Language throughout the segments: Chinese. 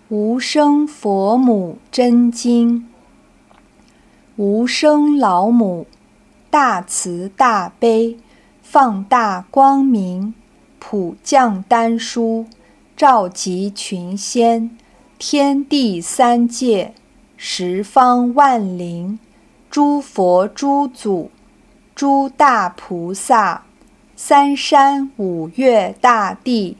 无生佛母真经。无生老母，大慈大悲，放大光明，普降丹书，召集群仙，天地三界，十方万灵，诸佛诸祖，诸大菩萨，三山五岳大帝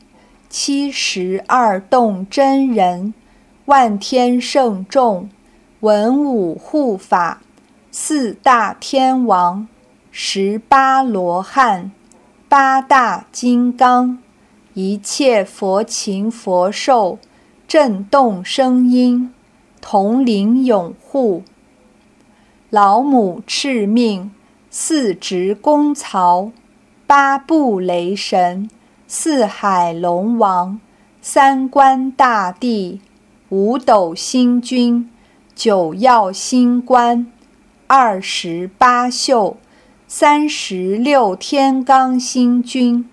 ，72洞真人，万天圣众，文武护法，四大天王，18罗汉，8大金刚，一切佛禽佛兽，震动声音，统领拥护。老母敕命，四值功曹，8部雷神，4海龙王，3官大帝，5斗星君，9曜星官，28宿，36天罡星君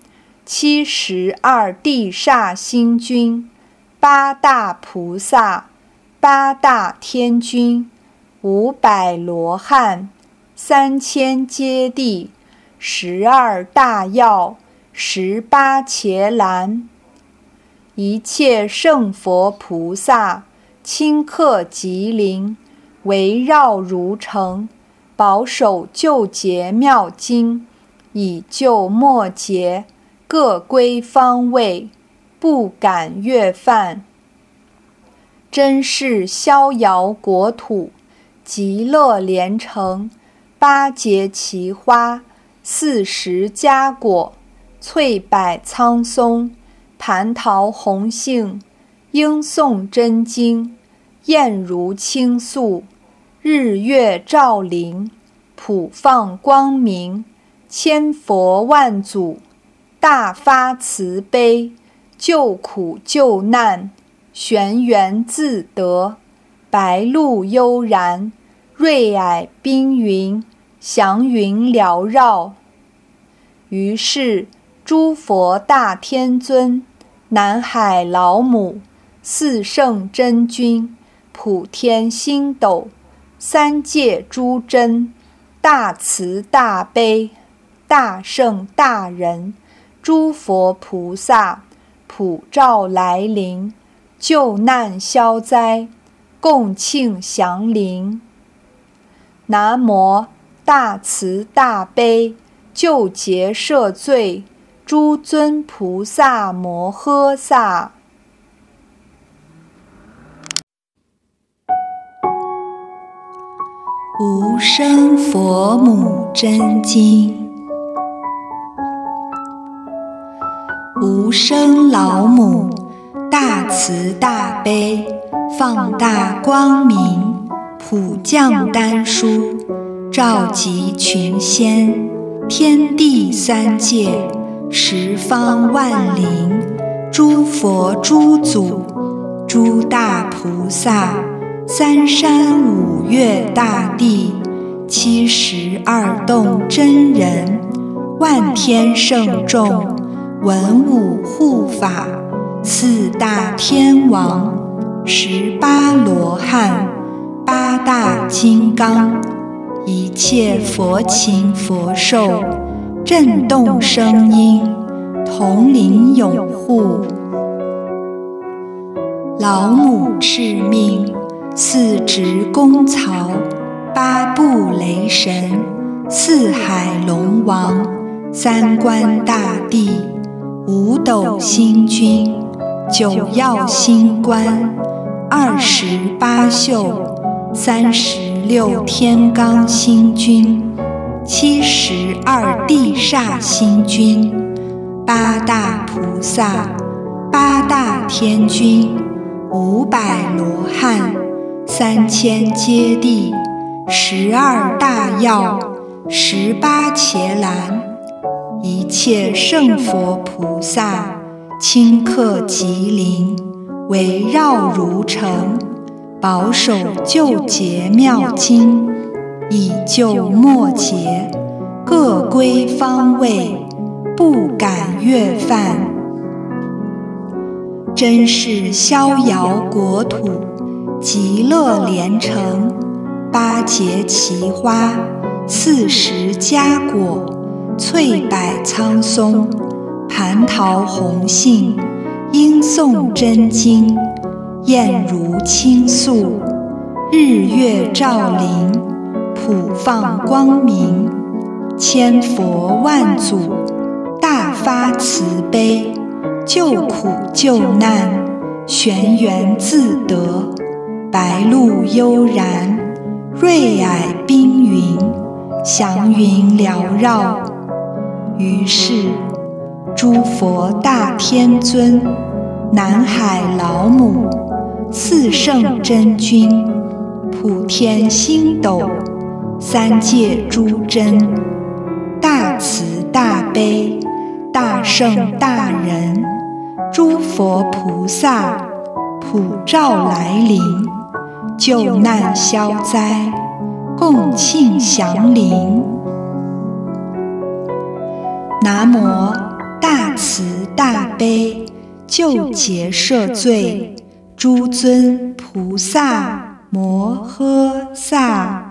，72地煞星君，8大菩萨，8大天君，500罗汉，3000揭谛，12大药，18伽蓝，一切圣佛菩萨顷刻即灵，围绕如城，保守救劫妙经，以救末劫，各归方位，不敢越犯。真是逍遥国土，极乐连城，8节奇花，40佳果，翠柏苍松，蟠桃红杏，应诵真经，艳如倾诉，日月照灵，普放光明，千佛万祖，大发慈悲，救苦救难，玄源自得，白露悠然，瑞霭冰云，祥云缭绕。于是诸佛大天尊，南海老母，四圣真君，普天星斗，三界诸真，大慈大悲，大圣大仁，诸佛菩萨，普照来临，救难消灾，共庆祥临。南无大慈大悲救劫赦罪诸尊菩萨摩诃萨。无生佛母真经。无生老母，大慈大悲，放大光明，普降丹书，召集群仙，天地三界，十方万灵，诸佛诸祖，诸大菩萨，三山五岳大帝，72洞真人，万天圣众，文武护法，四大天王，18罗汉，8大金刚，一切佛禽佛兽，震动声音，统领拥护。老母敕命，四值功曹，8部雷神，4海龙王，3官大帝，5斗星君，9曜星官，28宿，36天罡星君，72地煞星君，8大菩萨，8大天君，500罗汉，3000揭谛，12大药，18伽蓝，一切圣佛菩萨顷刻即灵，围绕如城，保守救劫妙经，以救末劫，各归方位，不敢越犯。 真是逍遥国土，极乐连城。八节奇花，40佳果，翠柏苍松，蟠桃红杏，应诵真经。燕如倾诉，日月照临，普放光明。千佛万祖，大发慈悲，救苦救难，玄源自得。白露悠然，瑞霭冰云，祥云缭绕。于是，诸佛大天尊，南海老母，四圣真君，普天星斗，三界诸真，大慈大悲，大圣大仁，诸佛菩萨，普照来临，救难消灾，共庆祥临。南无大慈大悲救劫赦罪诸尊菩萨摩诃萨。